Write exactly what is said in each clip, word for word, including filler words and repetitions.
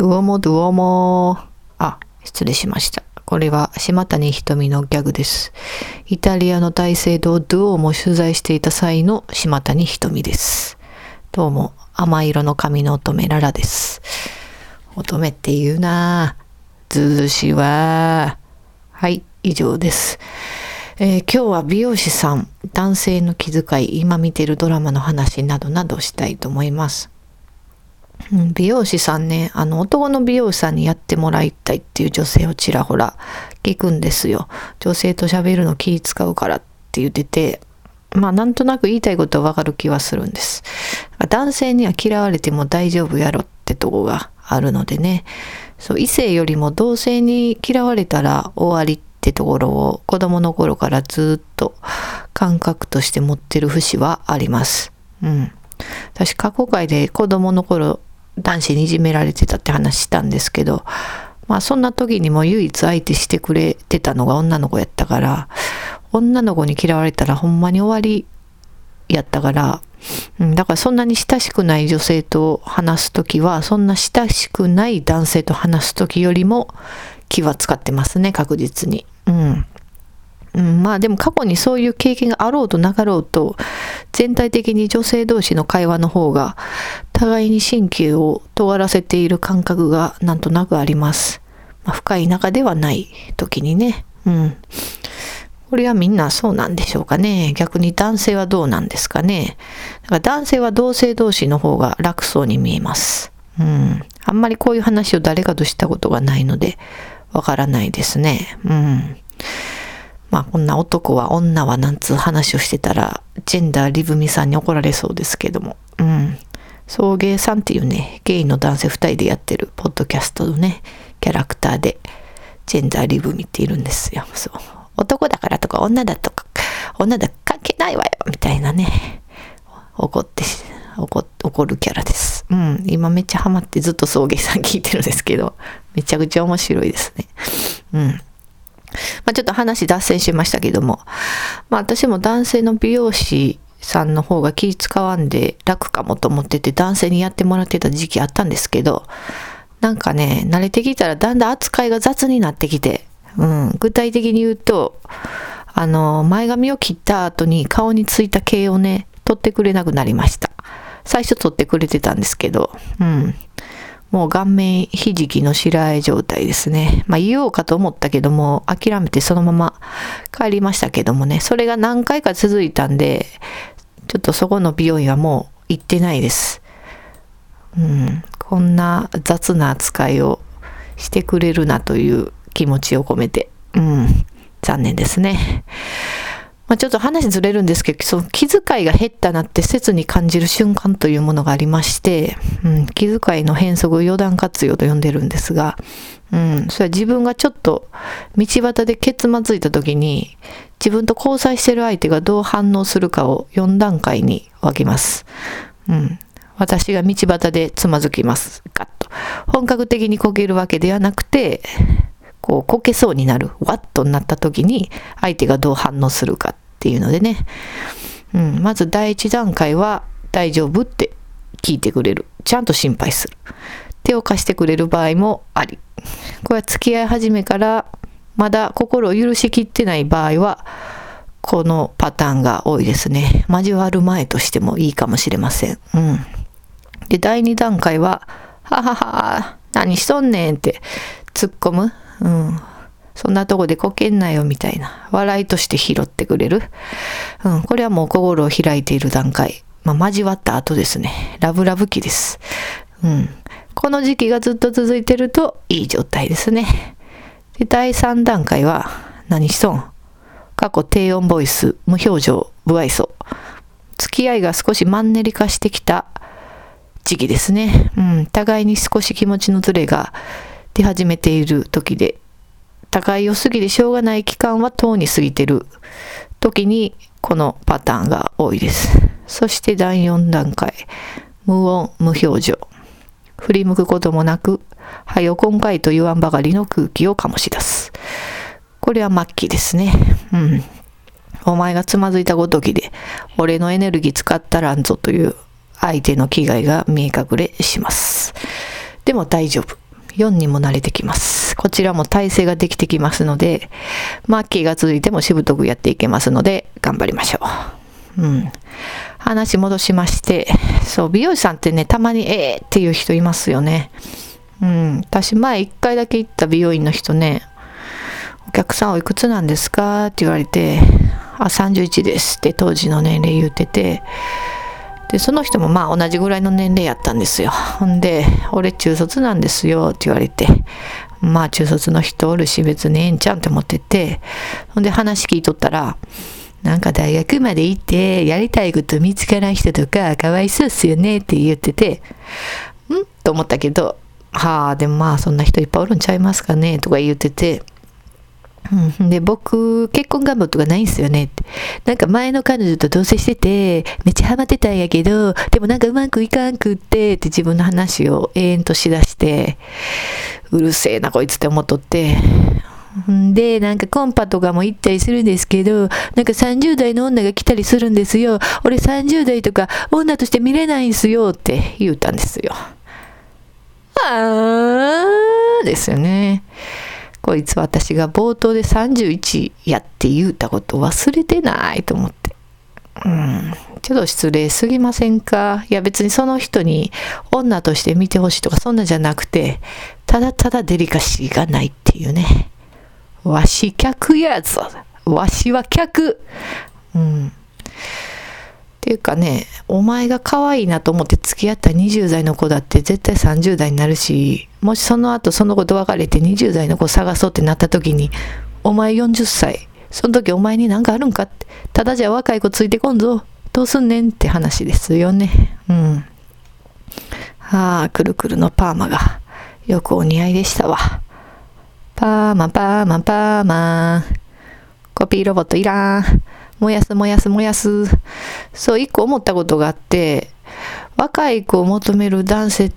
どうもどうも。あ、失礼しました。これは島谷ひとみのギャグです。イタリアの大聖堂ドゥオモを取材していた際の島谷ひとみです。どうも、甘色の髪の乙女ララです。乙女って言うなぁ。ずうずうしいわ。はい、以上です。えー、今日は美容師さん、男性の気遣い、今見てるドラマの話などなどしたいと思います。うん、美容師さんね、あの男の美容師さんにやってもらいたいっていう女性をちらほら聞くんですよ。女性と喋るの気使うからって言ってて、まあなんとなく言いたいことはわかる気はするんです。男性には嫌われても大丈夫やろってとこがあるのでね、そう異性よりも同性に嫌われたら終わりってところを子供の頃からずっと感覚として持ってる節はあります。うん。私過去回で子供の頃男子にいじめられてたって話したんですけど、まあそんな時にも唯一相手してくれてたのが女の子やったから、女の子に嫌われたらほんまに終わりやったから、うん、だからそんなに親しくない女性と話す時は、そんな親しくない男性と話す時よりも気は使ってますね、確実に。うんうん、まあでも過去にそういう経験があろうとなかろうと、全体的に女性同士の会話の方が互いに神経を尖らせている感覚がなんとなくあります。まあ、深い仲ではない時にね。うん。これはみんなそうなんでしょうかね。逆に男性はどうなんですかね。だから男性は同性同士の方が楽そうに見えます。うん。あんまりこういう話を誰かとしたことがないのでわからないですね。うん。まあこんな男は女はなんつう話をしてたらジェンダーリブミさんに怒られそうですけども、うん、送迎さんっていうねゲイの男性ふたりでやってるポッドキャストのねキャラクターでジェンダーリブミっているんですよ。そう、男だからとか女だとか女だ関係ないわよみたいなね怒って怒怒るキャラです。うん、今めっちゃハマってずっと送迎さん聞いてるんですけど、めちゃくちゃ面白いですね。うん。まあ、ちょっと話脱線しましたけども、まあ、私も男性の美容師さんの方が気使わんで楽かもと思ってて男性にやってもらってた時期あったんですけど、なんかね慣れてきたらだんだん扱いが雑になってきて、うん、具体的に言うとあの前髪を切った後に顔についた毛をね取ってくれなくなりました。最初取ってくれてたんですけど、うんもう顔面ひじきの白あえ状態ですね。まあ言おうかと思ったけども諦めてそのまま帰りましたけどもね、それが何回か続いたんでちょっとそこの美容院はもう行ってないです。うん、こんな雑な扱いをしてくれるなという気持ちを込めて、うん、残念ですね。まあ、ちょっと話ずれるんですけど、その気遣いが減ったなって切に感じる瞬間というものがありまして、うん、気遣いの変則を余談活用と呼んでるんですが、うん、それは自分がちょっと道端でけつまずいた時に自分と交際してる相手がどう反応するかをよん段階に分けます。うん、私が道端でつまずきますかと本格的にこけるわけではなくて、こうこけそうになるワッとなった時に相手がどう反応するかっていうのでね、うん、まず第一段階は大丈夫って聞いてくれる、ちゃんと心配する、手を貸してくれる場合もあり、これは付き合い始めからまだ心を許しきってない場合はこのパターンが多いですね。交わる前としてもいいかもしれません。うん、で第二段階はははは何しとんねんって突っ込む、うん、そんなとこでこけんなよみたいな笑いとして拾ってくれる、うん、これはもう心を開いている段階、まあ、交わった後ですね。ラブラブ期です、うん、この時期がずっと続いてるといい状態ですね。で第三段階は何しとん、過去低音ボイス、無表情、不愛想、付き合いが少しマンネリ化してきた時期ですね、うん、互いに少し気持ちのズレが出始めている時で、互いを過ぎてしょうがない期間はとうに過ぎてる時にこのパターンが多いです。そしてだいよん段階、無音無表情、振り向くこともなくはよ今回と言わんばかりの空気を醸し出す、これは末期ですね。うん、お前がつまずいたごときで俺のエネルギー使ったらんぞという相手の危害が見え隠れします。でも大丈夫、 よんにも慣れてきます。こちらも体勢ができてきますので、末期が続いてもしぶとくやっていけますので、頑張りましょう。うん。話戻しまして、そう、美容師さんってね、たまにえーっていう人いますよね。うん。私前一回だけ行った美容院の人ね、お客さんおいくつなんですかって言われて、あ、さんじゅういちですって当時の年齢言ってて、で、その人もまあ同じぐらいの年齢やったんですよ。ほんで、俺中卒なんですよって言われて、まあ中卒の人おるし別にええんちゃうんって思ってて、ほんで話聞いとったら、なんか大学まで行ってやりたいこと見つからん人とかかわいそうっすよねって言ってて、んと思ったけど、はあ、でもまあそんな人いっぱいおるんちゃいますかねとか言ってて、うん、で、僕、結婚願望とかないんすよねって。なんか前の彼女と同棲してて、めっちゃハマってたんやけど、でもなんかうまくいかんくって、って自分の話を永遠としだして、うるせえなこいつって思っとって。で、なんかコンパとかも行ったりするんですけど、なんかさんじゅう代の女が来たりするんですよ。俺さんじゅう代とか女として見れないんすよって言ったんですよ。あーですよね。こいつ私が冒頭でさんじゅういちやって言うたこと忘れてないと思って。うん。ちょっと失礼すぎませんか？いや別にその人に女として見てほしいとかそんなじゃなくて、ただただデリカシーがないっていうね。わし客やぞ。わしは客。うん。っていうかね、お前が可愛いなと思って付き合ったにじゅう代の子だって絶対さんじゅう代になるし、もしその後その子と別れてにじゅう代の子探そうってなった時に、お前よんじゅっさい、その時お前に何かあるんかって、ただじゃ若い子ついてこんぞ、どうすんねんって話ですよね。うん。はあ、くるくるのパーマがよくお似合いでしたわ。パーマパーマパーマコピーロボットいらん。燃やす燃やす燃やす。そう、一個思ったことがあって、若い子を求める男性って、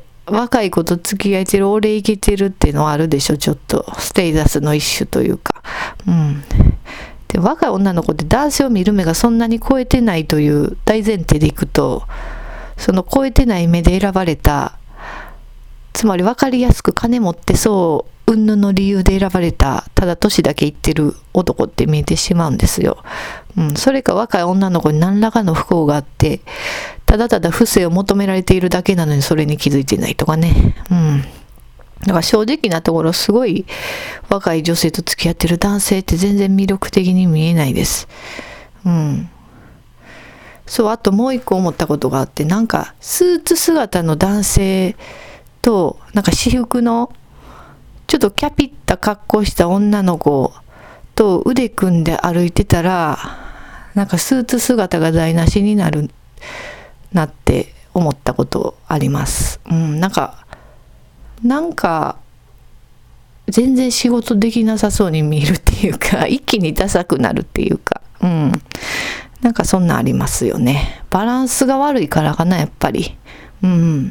若い子と付き合えてる俺いけてるっていうのはあるでしょ、ちょっと。ステータスの一種というか。うん。で、若い女の子って男性を見る目がそんなに超えてないという大前提でいくと、その超えてない目で選ばれた、つまり分かりやすく金持ってそう、云々の理由で選ばれた、ただ年だけいってる男って見えてしまうんですよ。うん、それか若い女の子に何らかの不幸があって、ただただ不正を求められているだけなのにそれに気づいてないとかね。うん。だから正直なところすごい若い女性と付き合ってる男性って全然魅力的に見えないです。うん。そう、あともう一個思ったことがあって、なんかスーツ姿の男性と、なんか私服のちょっとキャピった格好した女の子と腕組んで歩いてたら、なんかスーツ姿が台無しになるなって思ったことあります。うん、なんか、なんか、全然仕事できなさそうに見えるっていうか、一気にダサくなるっていうか、うん。なんかそんなんありますよね。バランスが悪いからかな、やっぱり。うん。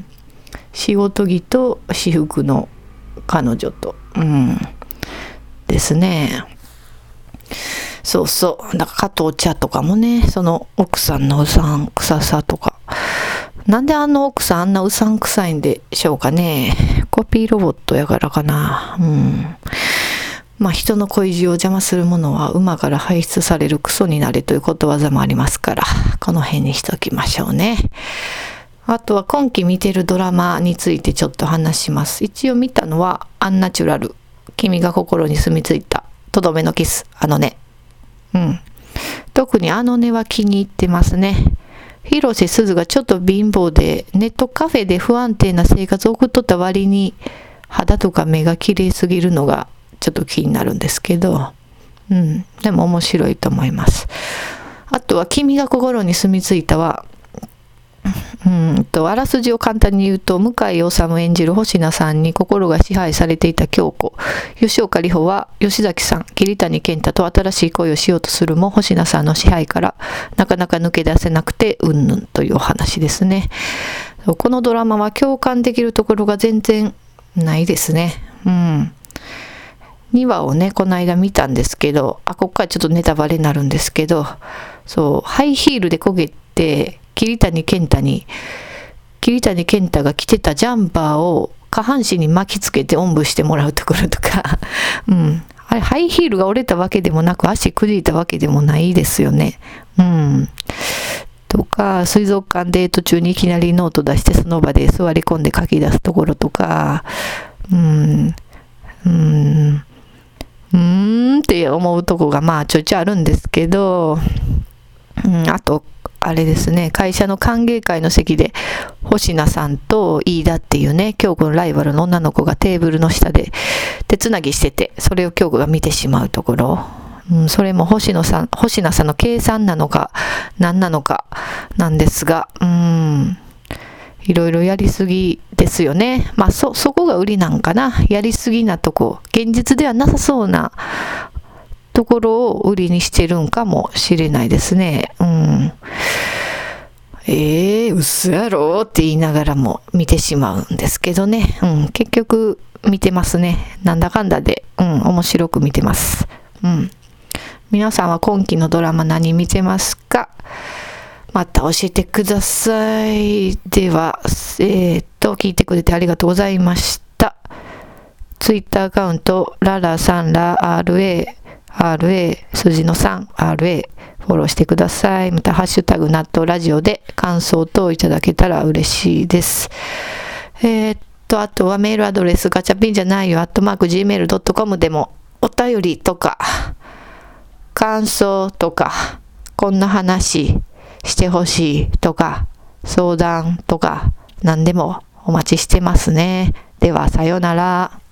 仕事着と私服の彼女と、うん。ですね。そうそう。だから加藤茶とかもね、その奥さんのうさんくささとか。なんであの奥さんあんなうさんくさいんでしょうかね。コピーロボットやからかな。うん。まあ人の恋路を邪魔するものは馬から排出されるクソになれということわざもありますから、この辺にしときましょうね。あとは今期見てるドラマについてちょっと話します。一応見たのはアンナチュラル。君が心に住み着いた。とどめのキス。あのね。うん。特にあのねは気に入ってますね。広瀬すずがちょっと貧乏でネットカフェで不安定な生活を送っとった割に肌とか目が綺麗すぎるのがちょっと気になるんですけど、うん。でも面白いと思います。あとは君が心に住み着いたは、うんとあらすじを簡単に言うと、向井理演じる星名さんに心が支配されていた京子、吉岡里帆は吉崎さん、桐谷健太と新しい恋をしようとするも星名さんの支配からなかなか抜け出せなくてうんぬんというお話ですね。このドラマは共感できるところが全然ないですね。うん。にわをねこの間見たんですけど、あ、ここからちょっとネタバレになるんですけど、そうハイヒールで焦げて桐谷健太に桐谷健太が着てたジャンパーを下半身に巻きつけておんぶしてもらうところとか、うん。あれ、ハイヒールが折れたわけでもなく、足くじいたわけでもないですよね。うん。とか、水族館デート中にいきなりノート出してその場で座り込んで書き出すところとか、うん。うん。うーんって思うとこがまあちょいちょいあるんですけど、うん、あと、あれですね、会社の歓迎会の席で、星名さんと飯田っていうね、京子のライバルの女の子がテーブルの下で手つなぎしてて、それを京子が見てしまうところ、うん、それも星野さん、星名さんの計算なのか、何なのかなんですが、うん、いろいろやりすぎですよね。まあ、そ、そこが売りなんかな。やりすぎなとこ、現実ではなさそうなところを売りにしてるんかもしれないですね。うん。えー、嘘やろって言いながらも見てしまうんですけどね。うん、結局見てますね。なんだかんだで、うん、面白く見てます。うん。皆さんは今期のドラマ何見てますか？また教えてください。では、えー、っと、聞いてくれてありがとうございました。ツイッターアカウント、ララさんラ アールエー、アールエー、数字のさん、アールエー、フォローしてください。また、ハッシュタグ納豆ラジオで感想等いただけたら嬉しいです。えー、っと、あとはメールアドレス、ガチャピンじゃないよ、アットマーク ジーメールドットコム でもお便りとか、感想とか、こんな話してほしいとか、相談とか、何でもお待ちしてますね。では、さようなら。